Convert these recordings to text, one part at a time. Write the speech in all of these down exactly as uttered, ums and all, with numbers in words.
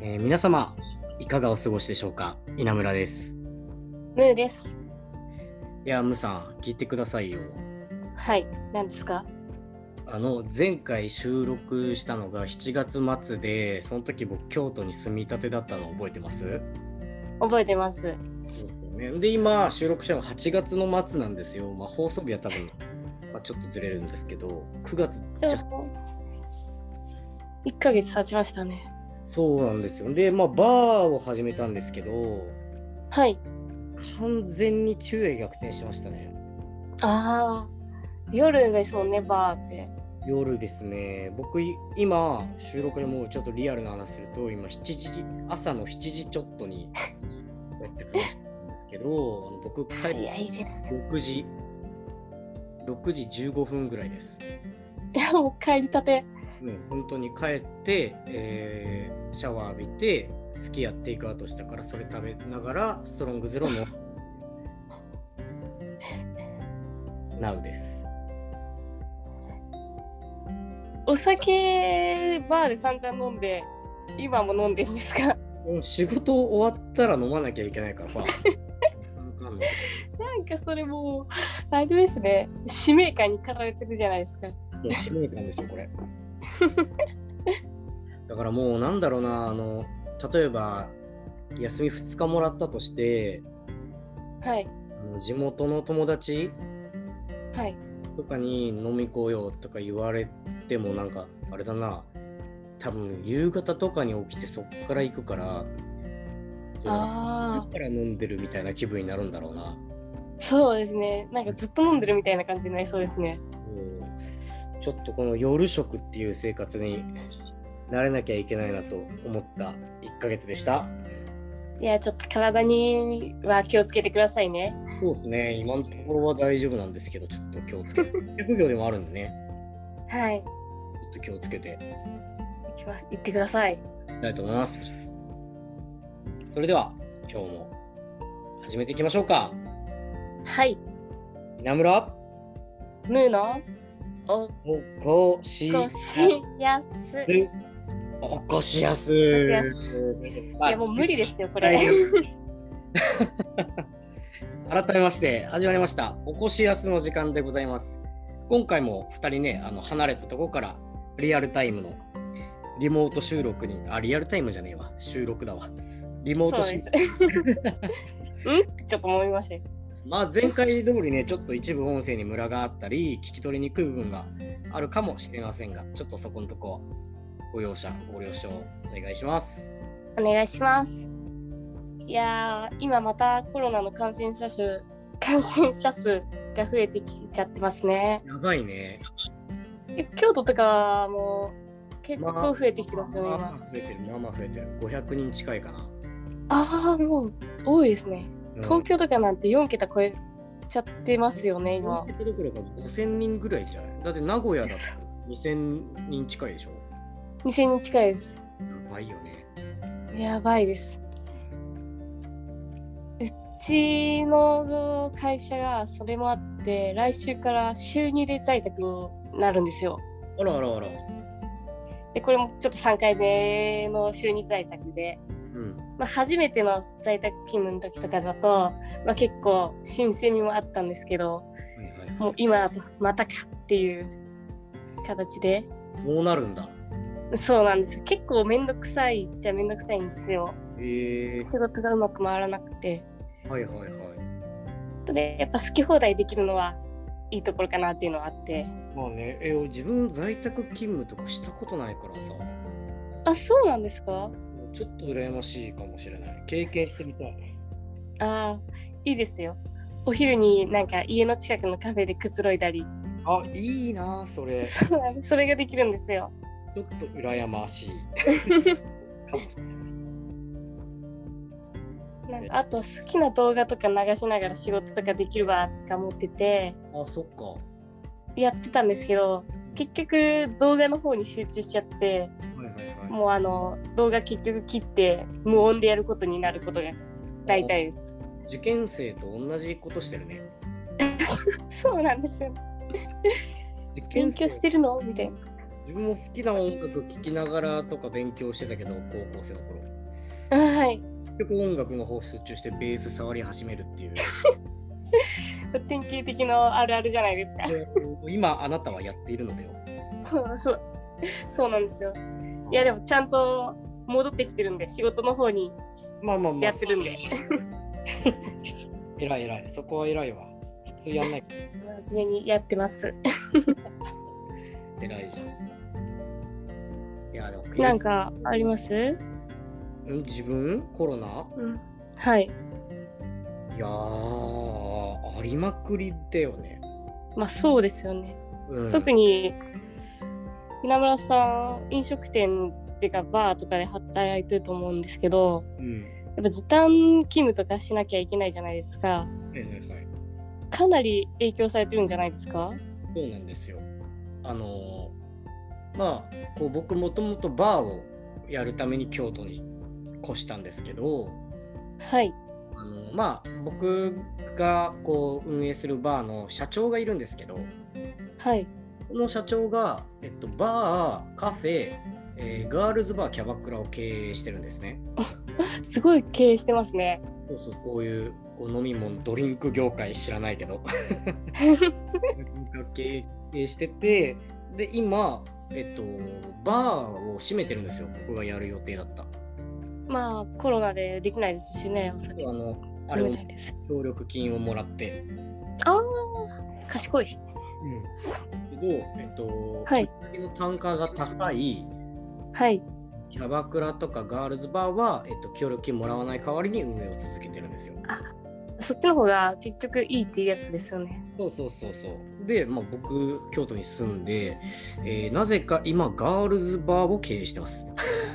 えー皆様いかがお過ごしでしょうか。稲村です。 ムーです。 いやムさん聞いてくださいよ。 はい、何ですか？ あの前回収録したのがしちがつ末で、その時僕京都に住み立てだったの覚えてます？ 覚えてます。 そうですよね。で今収録したのがはちがつの末なんですよ。まあ、放送日は多分、まあ、ちょっとずれるんですけどくがつじゃちょうどいっかげつ経ちましたね。 そうなんですよ。でまあバーを始めたんですけどはい。 完全に昼夜逆転しましたね。 ああ、夜ですもんね、バーって。 夜ですね。僕い今収録でもうちょっとリアルな話すると今しちじ朝のしちじちょっとにやってきましたんですけど、あの僕帰る早いです。 ろくじろくじじゅうごふんぐらいです。 いや、もう帰りたて。 ね、本当に帰って、えーシャワー浴びてすき家テイクアウトしたからそれ食べながらストロングゼロのナウです。 お酒バーで散々飲んで、今も飲んでるんですか？ もう仕事終わったら飲まなきゃいけないからさ。 なんかそれもう、あれですね、使命感に駆られてるじゃないですか。 もう使命感ですよこれ。だからもうなんだろうな、あの例えば休みふつかもらったとしてはい。 あの地元の友達はい。 とかに飲み行こうよとか言われてもなんかあれだな、多分夕方とかに起きてそっから行くからああ、 だから飲んでるみたいな気分になるんだろうな。 そうですね。なんかずっと飲んでるみたいな感じになりそうですね。 うん、ちょっとこの夜食っていう生活に慣れなきゃいけないなと思ったいっかげつでした。 いや、ちょっと体には気をつけてくださいね。 そうですね、今のところは大丈夫なんですけど、ちょっと気をつけて。職業でもあるんでね、 はい。 ちょっと気をつけて行きます。行ってください。 いきたいと思います。それでは、今日も始めていきましょうか。 はい。 稲村、 ムーのおおこしこしやす。 おこしやす。 おこしやすいや、もう無理ですよ、これ。 改めまして始まりましたおこしやすの時間でございます。今回もふたりね、あの離れたところからリアルタイムのリモート収録に、あリアルタイムじゃねえわ、収録だわ、リモート収録うんってちょっと思いましたよ。 まあ前回通りね、ちょっと一部音声にムラがあったり聞き取りにくい部分があるかもしれませんが、ちょっとそこのとこご容赦ご了承お願いします。 お願いします。いやー、今またコロナの感染者数感染者数が増えてきちゃってますね。 やばいね。 京都とかも結構増えてきてますよね、 まあ、 今。 まあ増えてる、まあまあ増えてる。ごひゃくにん近いかな。 ああ、もう多いですね。 うん、 東京とかなんてよんけた超えちゃってますよね、今。 よんけたどころかごせんにんぐらいじゃない？だって名古屋だとにせんにん近いでしょ。 にせんにん近いです。 やばいよね。 やばいです。うちの会社がそれもあって、来週から週にで在宅になるんですよ。 あらあらあら。 で、これもちょっとさんかいめの週に在宅で、 うんまあ、初めての在宅勤務の時とかだと、まあ、結構新鮮味もあったんですけど、 はいはい、 もう今だとまたかっていう形で。 そうなるんだ。 そうなんです。結構めんどくさいっちゃめんどくさいんですよ。 へえ。 仕事がうまく回らなくて。 はいはいはい。 で、やっぱ好き放題できるのはいいところかなっていうのはあって。 まあね、え自分在宅勤務とかしたことないからさ。 あ、そうなんですか？ ちょっと羨ましいかもしれない。経験してみたい。 ああ、いいですよ。お昼になんか家の近くのカフェでくつろいだり。 あ、いいなそれ。 そうなんです。それができるんですよ。 ちょっと羨ましいかもしれない。 なんかあと好きな動画とか流しながら仕事とかできるわとか思ってて、 あ、そっか。 やってたんですけど、結局動画の方に集中しちゃって、 はいはいはい、 もうあの動画結局切って無音でやることになることが大体です。 受験生と同じことしてるね。 そうなんですよ。勉強してるのみたいな。 自分も好きな音楽聴きながらとか勉強してたけど、高校生の頃。 はい。 結局音楽の方集中してベース触り始めるっていう。 典型的のあるあるじゃないですか。 今あなたはやっているのだよ。 そうそう。そうなんですよ。いやでもちゃんと戻ってきてるんで、仕事の方にまあまあまあ。 やってるんで。 偉い偉い。そこは偉いわ。普通やんない。 真面目にやってます。 偉いじゃん。いやでもなんかあります？ ん自分コロナ、 うん、はい。 いやーありまくりだよね。 まあそうですよね。 うん、 特に稲村さん飲食店っていうかバーとかで働いてると思うんですけど、 うん、 やっぱ時短勤務とかしなきゃいけないじゃないですか。 はいはいはい。 かなり影響されてるんじゃないですか？ そうなんですよ。あのー、まあこう僕もともとバーをやるために京都に越したんですけど、 はい。 あのまあ僕がこう運営するバーの社長がいるんですけど、 はい。 この社長が、えっと、バー、カフェ、えー、ガールズバー、キャバクラを経営してるんですね。 すごい経営してますね。 そうそう、こういうこう飲み物、ドリンク業界知らないけど経営してて、で今、えっと、バーを閉めてるんですよ。僕がやる予定だった。 まあコロナでできないですしね、お酒あのあれをないです。 協力金をもらって。 ああ、賢い。 うん。けど、えっと、 はい。 の単価が高い、 はい。 キャバクラとかガールズバーは、えっと、協力金もらわない代わりに運営を続けてるんですよ。 あ、そっちの方が結局いいっていうやつですよね。 そうそうそうそう。で、まあ、僕、京都に住んで、えー、なぜか今、ガールズバーを経営してます。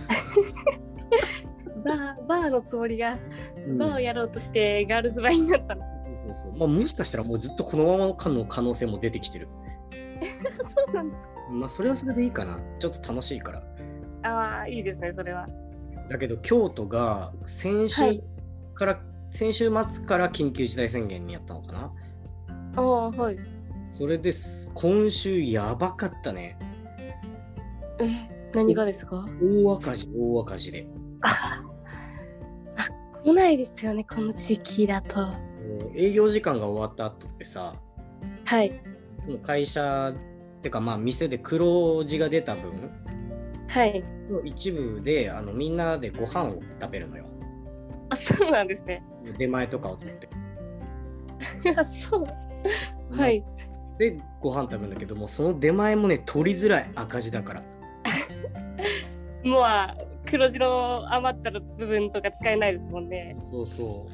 バー、バーのつもりが、バーをやろうとしてガールズバーになったんです。 そうそうそう。まあ、もしかしたらもうずっとこのままの可能性も出てきてる。 そうなんですか。 まあ、それはそれでいいかな。ちょっと楽しいから。 ああ、いいですね、それは。 だけど、京都が先週から、はい、先週末から緊急事態宣言にやったのかな。 ああ、はい。 それです。今週やばかったね。 え、何がですか？ 大赤字、大赤字で。 ああ、来ないですよね、この時期だと。 営業時間が終わった後ってさ、 はい。 会社ってかまあ店で黒字が出た分、 はい。 の一部であのみんなでご飯を食べるのよ。 あ、そうなんですね。 出前とかを取って。 あ、そう。はい。 でご飯食べるんだけども、その出前もね取りづらい、赤字だから。 もう黒字の余った部分とか使えないですもんね。 そうそう。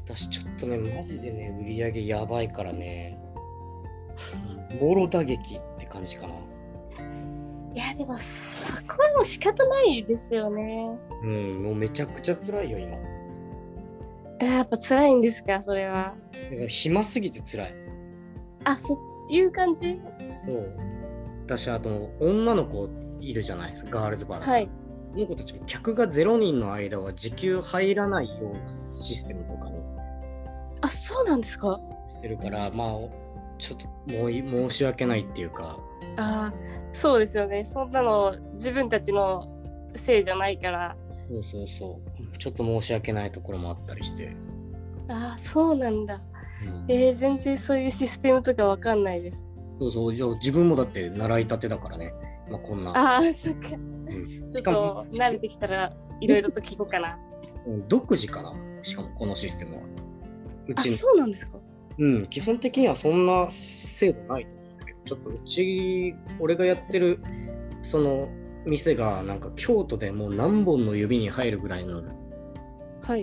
私ちょっとねマジでね売り上げやばいからね。もろ打撃って感じかな。 いやでもそこはもう仕方ないですよね。 うん、もうめちゃくちゃ辛いよ今。 やっぱ辛いんですか、それは。 だから暇すぎて辛い。 あ、そういう感じ？ そう。私あと女の子いるじゃないですか、ガールズバーだから。はい。この子たちも客がゼロにんの間は時給入らないようなシステムとかに。 あ、そうなんですか。 してるからまあちょっともう申し訳ないっていうか。 ああ、そうですよね。そんなの自分たちのせいじゃないから。 そうそうそう。ちょっと申し訳ないところもあったりして。 ああ、そうなんだ。うん、えー、全然そういうシステムとかわかんないです。 そうそう。じゃあ自分もだって習いたてだからね。まあこんな。 ああ、そっか。うん、しかも慣れてきたらいろいろと聞こうかな。 独自かな。しかもこのシステムは。 うちの。あ、そうなんですか。 うん、基本的にはそんな制度ないと思うんだけど、ちょっとうち、俺がやってるその店がなんか京都でもう何本の指に入るぐらいの、 はい。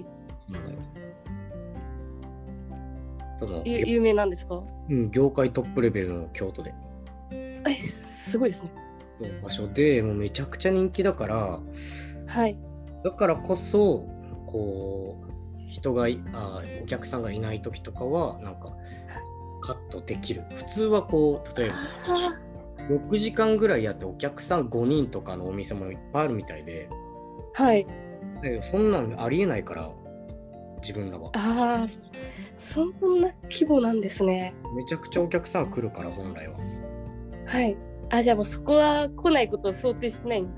その有名なんですか？ うん、業界トップレベルの京都で。 え、すごいですね。 場所でもうめちゃくちゃ人気だから、 はい。 だからこそこう人があお客さんがいない時とかはなんかカットできる。普通はこう例えばろくじかんぐらいやってお客さんごにんとかのお店もいっぱいあるみたいで、 はい。 だけどそんなんありえないから自分らは。 ああ、そんな規模なんですね。 めちゃくちゃお客さん来るから本来は。 はい。あ、じゃあもうそこは来ないことを想定してないんだ。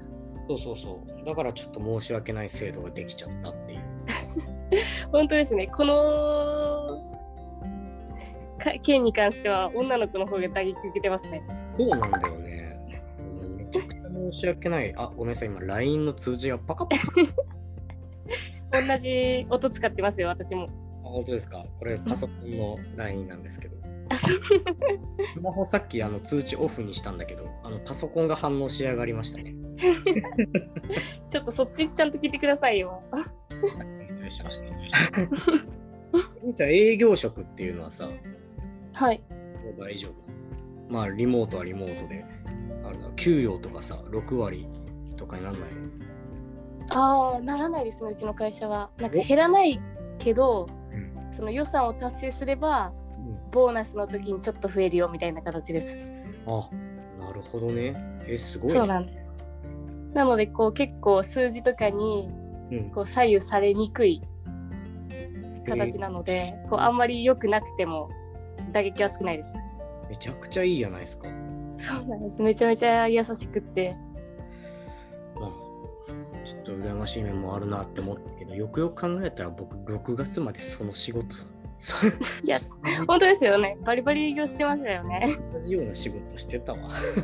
そうそうそう。だからちょっと申し訳ない制度ができちゃったっていう。 本当ですね。この件に関しては女の子の方が打撃受けてますね。 そうなんだよね。めちゃくちゃ申し訳ない。あ、ごめんなさい。今 ライン の通知がパカパカ。 同じ音使ってますよ、私も。 あ、本当ですか。これパソコンの ライン なんですけど。スマホさっきあの通知オフにしたんだけど、あのパソコンが反応しやがりましたね。 ちょっとそっちちゃんと聞いてくださいよ。 失礼しました。失礼しました。じゃあ営業職っていうのはさ、 はい。 もう大丈夫。まあリモートはリモートで、あれだ、給与とかさ、ろく割とかになんないの？ ああ、ならないですね、うちの会社は。なんか減らないけど、 うん、 その予算を達成すれば、うん、ボーナスの時にちょっと増えるよみたいな形です。 あ、なるほどね。え、すごいね。 そうなんです。なのでこう結構数字とかにこう左右されにくい形なので、こうあんまり良くなくても打撃は少ないです。 めちゃくちゃいいじゃないですか。 そうなんです。めちゃめちゃ優しくって。 まあ、ちょっと羨ましい面もあるなって思ったけど、よくよく考えたら僕ろくがつまでその仕事いや本当ですよね。バリバリ営業してましたよね。 同じような仕事してたわ。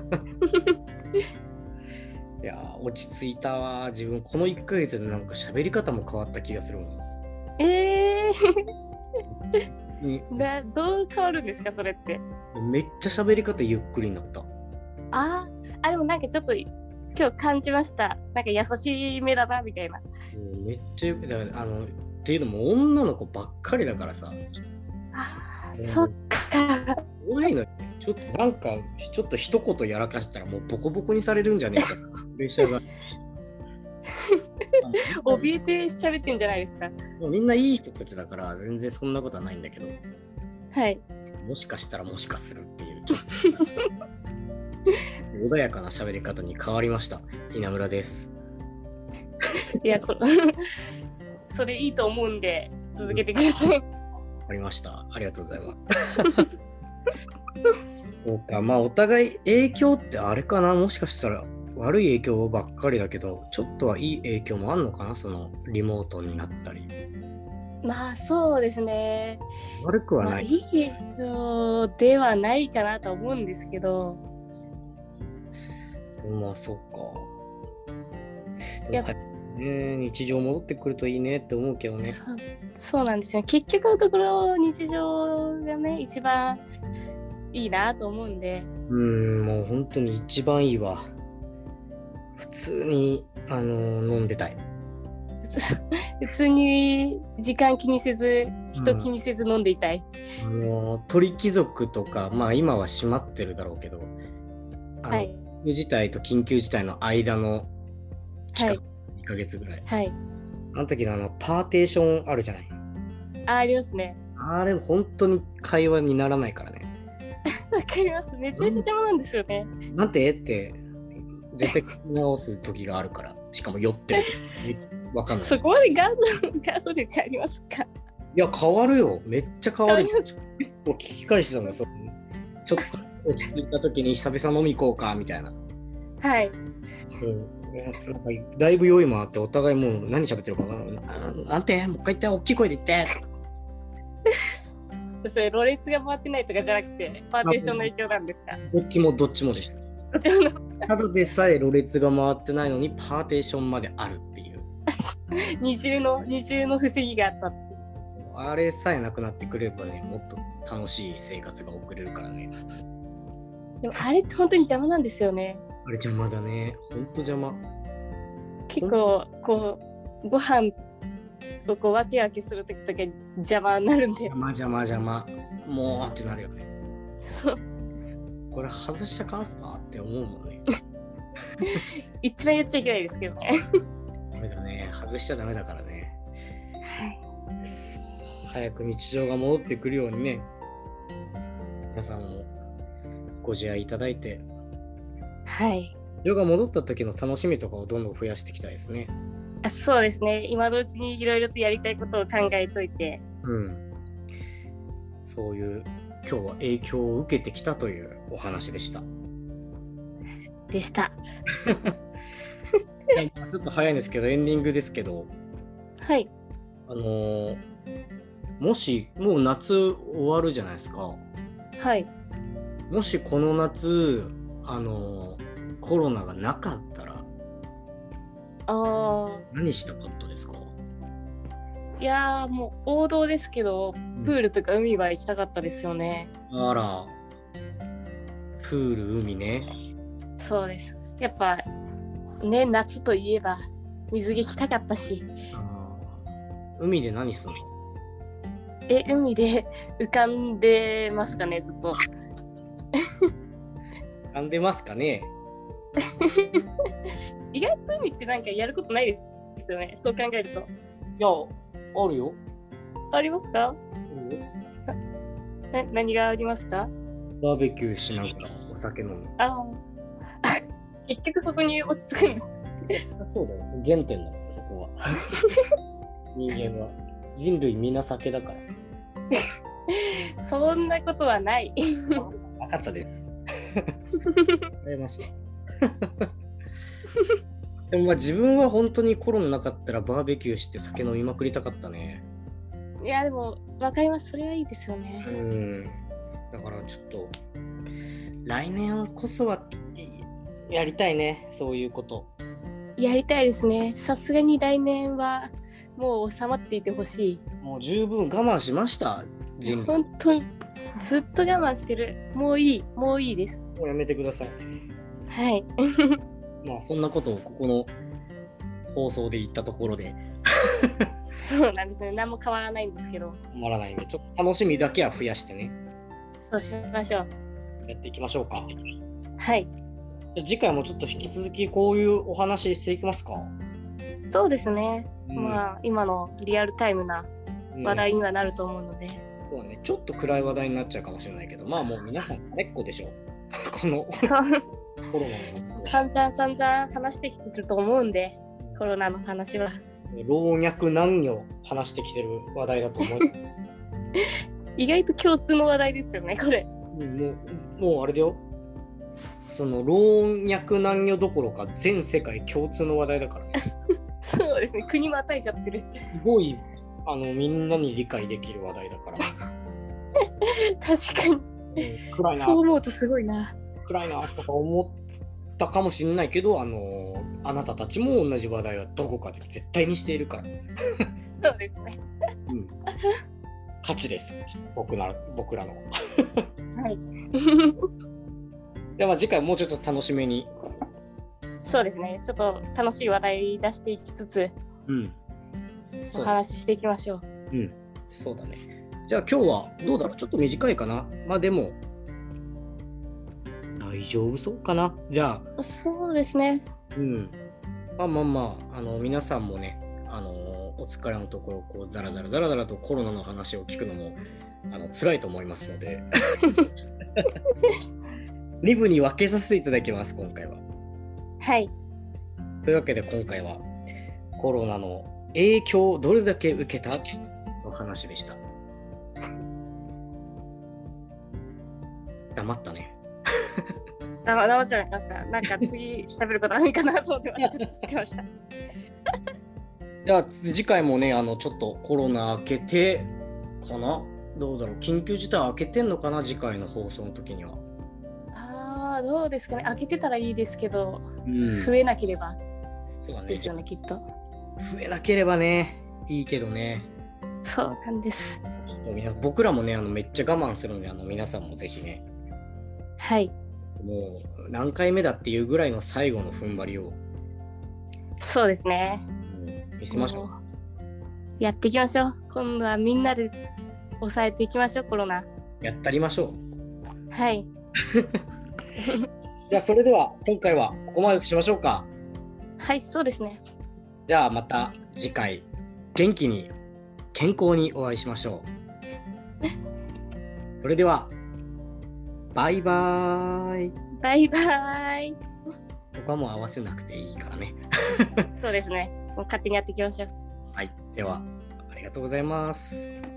いや落ち着いたわ。自分このいっかげつでなんか喋り方も変わった気がするもん。 えーだどう変わるんですかそれって。 めっちゃ喋り方ゆっくりになった。 ああ、でもなんかちょっと今日感じました。なんか優しい目だなみたいな。 めっちゃよくだからあのっていうのも女の子ばっかりだからさ。 あ、そっか。 怖いのよ。ちょっとなんかちょっと一言やらかしたらもうボコボコにされるんじゃねえか。プレッシャーが。 怯えて喋ってんじゃないですか。 みんないい人たちだから全然そんなことはないんだけど。 はい。 もしかしたらもしかするっていうちょっと穏やかな喋り方に変わりました。稲村です。 いやこそれいいと思うんで続けてください。わかりました。ありがとうございます。そうか、まあお互い影響ってあれかな、もしかしたら悪い影響ばっかりだけど、ちょっとはいい影響もあるのかな、そのリモートになったり。 まあそうですね。 悪くはない。 まあ、いい影響ではないかなと思うんですけど。 まあそうか。やっぱりね、日常戻ってくるといいねって思うけどね。 そう、そうなんですよ。結局のところ日常がね一番いいなと思うんで。 うーん、もう本当に一番いいわ。普通にあの飲んでたい。 普通に時間気にせず人気にせず飲んでいたい。 うん、あの鳥貴族とかまあ今は閉まってるだろうけど、あの、はい、緊急事態と緊急事態の間の期間、はい、にかげつぐらい。はい。あの時のあのパーテーションあるじゃない。 あ、ありますね。 あれ本当に会話にならないからね。 わかります。めちゃめちゃ邪魔なんですよね。 なんてって絶対聞き直す時があるから、しかも酔ってるとわかんない。 そこまでガードガード力ありますか？いや変わるよ。めっちゃ変わる。結構聞き返してたんだ。そちょっと落ち着いた時に久々飲み行こうかみたいな。 はい。 うん、なんかだいぶ酔いもあってお互いもう何喋ってるか分からない。なんてもう一回言って大きい声で言って。 それ、ろれつが回ってないとかじゃなくて、パーテーションの影響なんですか？ どっちもどっちもです。 どっちものただでさえろれつが回ってないのにパーテーションまであるっていう。 二重の二重の防ぎがあったって。 あれさえなくなってくればね、もっと楽しい生活が送れるからね。 でもあれって本当に邪魔なんですよね。 あれ邪魔だね。本当邪魔。 結構こうご飯をこう分け分けするときとか邪魔になるんで。 邪魔邪魔邪魔。もうってなるよね。 そうこれ外しちゃかんすかって思うもんね。 一番やっちゃいけないですけどね。 ダメだね。外しちゃダメだからね。 はい。 早く日常が戻ってくるようにね、皆さんもご自愛いただいて、 はい。 日常が戻った時の楽しみとかをどんどん増やしていきたいですね。 あ、そうですね。今のうちにいろいろとやりたいことを考えといて。 うん。そういう今日は影響を受けてきたというお話でした。 でした。 ちょっと早いんですけど、エンディングですけど、 はい。 あのー、もしもう夏終わるじゃないですか。 はい。 もしこの夏、あのー、コロナがなかったら、 あ何したかったですか？ あ、いやーもう王道ですけど、プールとか海は行きたかったですよね。 うん、あら、プール、海ね。 そうです。やっぱね、夏といえば水着着たかったし。 あ、海で何すんの？ え、海で浮かんでますかね、ずっと。 浮かんでますかね。 意外と海ってなんかやることないですよね、そう考えると。いや、あるよ。 ありますか？な何がありますか？ バーベキューしながらお酒飲む。 あ結局そこに落ち着くんです。 そうだよ。原点だよ、そこは。人間は。人類みんな酒だから。 そんなことはない。 分かったです。ありました。でもまあ自分は本当にコロナなかったらバーベキューして酒飲みまくりたかったね。 いやでも分かります。それはいいですよね。 うん。だからちょっと来年こそはやりたいね、そういうこと。 やりたいですね。さすがに来年はもう収まっていてほしい。 もう十分我慢しました、人類。 本当にずっと我慢してる。もういい、もういいです。 もうやめてください。 はい。 まあそんなことをここの放送で言ったところでそうなんですね。何も変わらないんですけど。 止まらないんで、ちょっと楽しみだけは増やしてね。 そうしましょう。 やっていきましょうか。 はい。 次回もちょっと引き続きこういうお話していきますか？ そうですね。 うん、 まあ今のリアルタイムな話題にはなると思うので、うん、 そうね、ちょっと暗い話題になっちゃうかもしれないけど、まあもう皆さん慣れっこでしょこのコロナの散々散々話してきてると思うんで、コロナの話は老若男女話してきてる話題だと思う。 意外と共通の話題ですよね、これ。 もう、もうあれだよ。その老若男女どころか全世界共通の話題だからね。 そうですね、国またいちゃってる。 すごいあのみんなに理解できる話題だから。 確かに、うん、暗いな。そう思うとすごいな。 暗いなとか思ったかもしれないけど、あのあなたたちも同じ話題はどこかで絶対にしているから。 そうですね。 うん。勝ちです。僕ら僕らの。 はい。 では次回もうちょっと楽しめに。 そうですね。ちょっと楽しい話題出していきつつ、うん、お話ししていきましょう。 うん、そうだね。じゃあ今日はどうだろう、ちょっと短いかな。まあでも大丈夫そうかな。じゃあ。 そうですね。 うん。まあまあまあ、あの皆さんもね、あのお疲れのところこうダラダラダラダラとコロナの話を聞くのもあの辛いと思いますので。に部に分けさせていただきます、今回は。 はい。 というわけで今回はコロナの影響をどれだけ受けたの話でした。黙ったね。 黙っちゃいました。なんか次喋ることあるかなと思ってました。 じゃあ次回もね、あのちょっとコロナ明けてかな、どうだろう、緊急事態明けてんのかな、次回の放送の時には。 ああ、どうですかね。開けてたらいいですけど、うん、増えなければですよね、きっと。 増えなければね、いいけどね。 そうなんです。 僕らもね、あのめっちゃ我慢するので、あの皆さんもぜひね。 はい。 もう何回目だっていうぐらいの最後の踏ん張りを。 そうですね。 うん、見せましょう。 やっていきましょう。今度はみんなで抑えていきましょう、コロナ。 やったりましょう。はい。 じゃあそれでは今回はここまでしましょうか。 はい、そうですね。 じゃあまた次回元気に健康にお会いしましょう。それではバイバーイ。 バイバーイ。 ここはもう合わせなくていいからね。 そうですね。もう勝手にやっていきましょう。 はい、ではありがとうございます。